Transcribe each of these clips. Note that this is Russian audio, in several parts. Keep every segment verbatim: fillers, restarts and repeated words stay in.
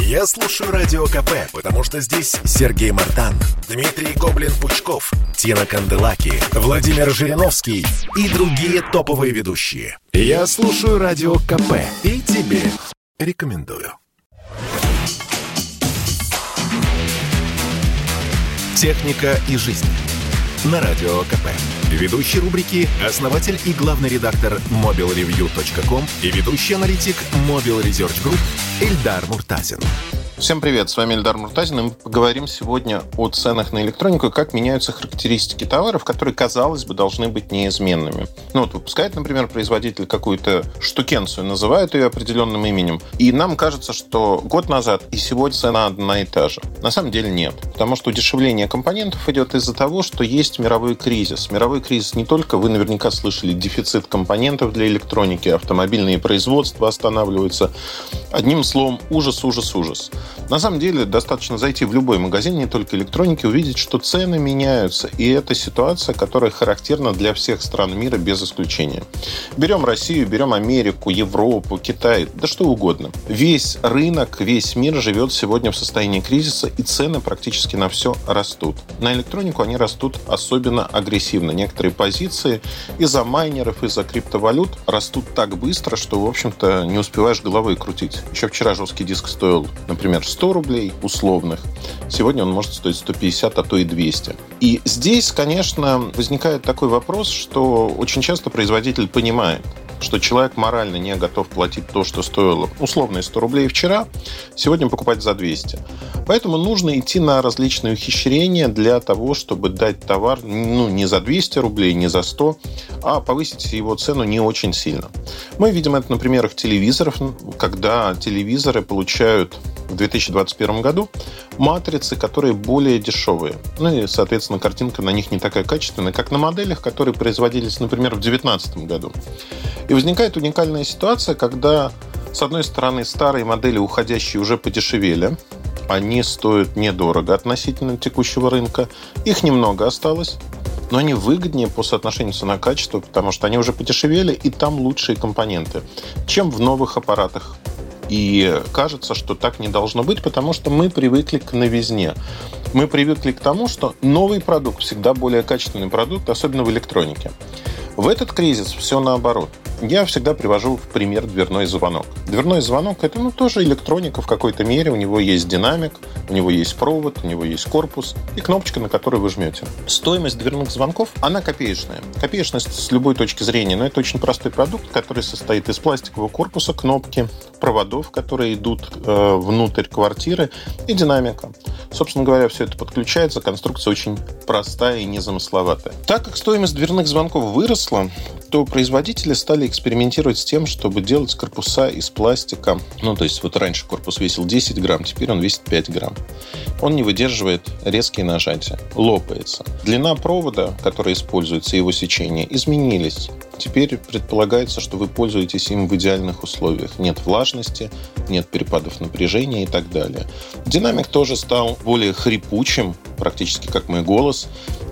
Я слушаю Радио КП, потому что здесь Сергей Мартан, Дмитрий Гоблин-Пучков, Тина Канделаки, Владимир Жириновский и другие топовые ведущие. Я слушаю Радио КП и тебе рекомендую. Техника и жизнь. На Радио КП. Ведущий рубрики – основатель и главный редактор мобил ревью точка ком и ведущий аналитик Mobile Research Group Эльдар Муртазин. Всем привет, с вами Эльдар Муртазин, и мы поговорим сегодня о ценах на электронику и как меняются характеристики товаров, которые, казалось бы, должны быть неизменными. Ну вот выпускает, например, производитель какую-то штукенцию, называют ее определенным именем, и нам кажется, что год назад и сегодня цена одна и та же. На самом деле нет, потому что удешевление компонентов идет из-за того, что есть мировой кризис. Мировой кризис не только, вы наверняка слышали, дефицит компонентов для электроники, автомобильные производства останавливаются. Одним словом, ужас, ужас, ужас. На самом деле, достаточно зайти в любой магазин, не только электроники, увидеть, что цены меняются. И это ситуация, которая характерна для всех стран мира без исключения. Берем Россию, берем Америку, Европу, Китай, да что угодно. Весь рынок, весь мир живет сегодня в состоянии кризиса, и цены практически на все растут. На электронику они растут особенно агрессивно. Некоторые позиции из-за майнеров, из-за криптовалют растут так быстро, что, в общем-то, не успеваешь головой крутить. Еще вчера жесткий диск стоил, например, сто рублей условных. Сегодня он может стоить сто пятьдесят, а то и двести. И здесь, конечно, возникает такой вопрос, что очень часто производитель понимает, что человек морально не готов платить то, что стоило условные сто рублей вчера, сегодня покупать за двести. Поэтому нужно идти на различные ухищрения для того, чтобы дать товар ну, не за двести рублей, не за сто, а повысить его цену не очень сильно. Мы видим это на примерах телевизоров, когда телевизоры получают в две тысячи двадцать первом году матрицы, которые более дешевые. Ну и, соответственно, картинка на них не такая качественная, как на моделях, которые производились, например, в две тысячи девятнадцатом году. И возникает уникальная ситуация, когда, с одной стороны, старые модели, уходящие, уже подешевели. Они стоят недорого относительно текущего рынка. Их немного осталось, но они выгоднее по соотношению цена-качество, потому что они уже подешевели, и там лучшие компоненты, чем в новых аппаратах. И кажется, что так не должно быть, потому что мы привыкли к новизне. Мы привыкли к тому, что новый продукт всегда более качественный продукт, особенно в электронике. В этот кризис все наоборот. Я всегда привожу в пример дверной звонок. Дверной звонок – это ну, тоже электроника в какой-то мере. У него есть динамик, у него есть провод, у него есть корпус и кнопочка, на которую вы жмете. Стоимость дверных звонков, она копеечная. Копеечная с любой точки зрения, но это очень простой продукт, который состоит из пластикового корпуса, кнопки, проводов, которые идут э, внутрь квартиры, и динамика. Собственно говоря, все это подключается. Конструкция очень простая и незамысловатая. Так как стоимость дверных звонков выросла, то производители стали экспериментировать с тем, чтобы делать корпуса из пластика. Ну, то есть, вот раньше корпус весил десять грамм, теперь он весит пять грамм. Он не выдерживает резкие нажатия, лопается. Длина провода, которая используется, его сечение, изменились. Теперь предполагается, что вы пользуетесь им в идеальных условиях. Нет влажности, нет перепадов напряжения и так далее. Динамик тоже стал более хрипучим, практически как мой голос,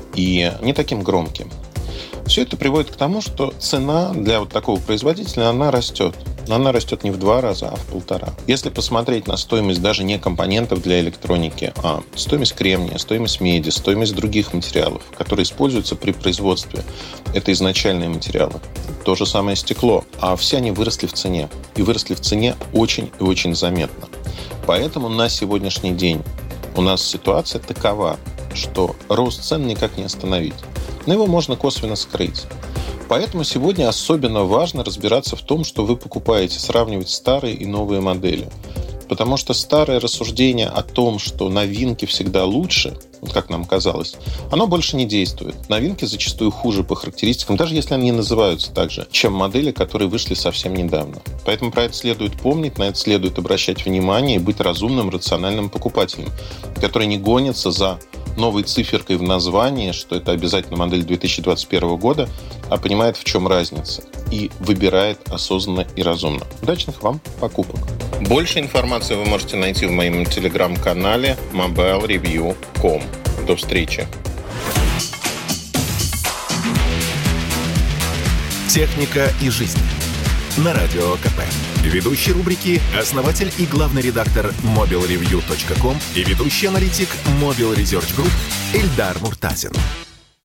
и не таким громким. Все это приводит к тому, что цена для вот такого производителя, она растет. Но она растет не в два раза, а в полтора. Если посмотреть на стоимость даже не компонентов для электроники, а стоимость кремния, стоимость меди, стоимость других материалов, которые используются при производстве, это изначальные материалы. То же самое стекло. А все они выросли в цене. И выросли в цене очень и очень заметно. Поэтому на сегодняшний день у нас ситуация такова, что рост цен никак не остановить. Но его можно косвенно скрыть. Поэтому сегодня особенно важно разбираться в том, что вы покупаете, сравнивать старые и новые модели. Потому что старое рассуждение о том, что новинки всегда лучше, вот как нам казалось, оно больше не действует. Новинки зачастую хуже по характеристикам, даже если они называются так же, чем модели, которые вышли совсем недавно. Поэтому про это следует помнить, на это следует обращать внимание и быть разумным, рациональным покупателем, который не гонится за новой циферкой в названии, что это обязательно модель две тысячи двадцать первого года, а понимает, в чем разница, и выбирает осознанно и разумно. Удачных вам покупок! Больше информации вы можете найти в моем телеграм-канале мобайл ревью точка ком. До встречи! Техника и жизнь. На Радио КП. Ведущий рубрики – основатель и главный редактор мобил ревью точка ком и ведущий аналитик Mobile Research Group Эльдар Муртазин.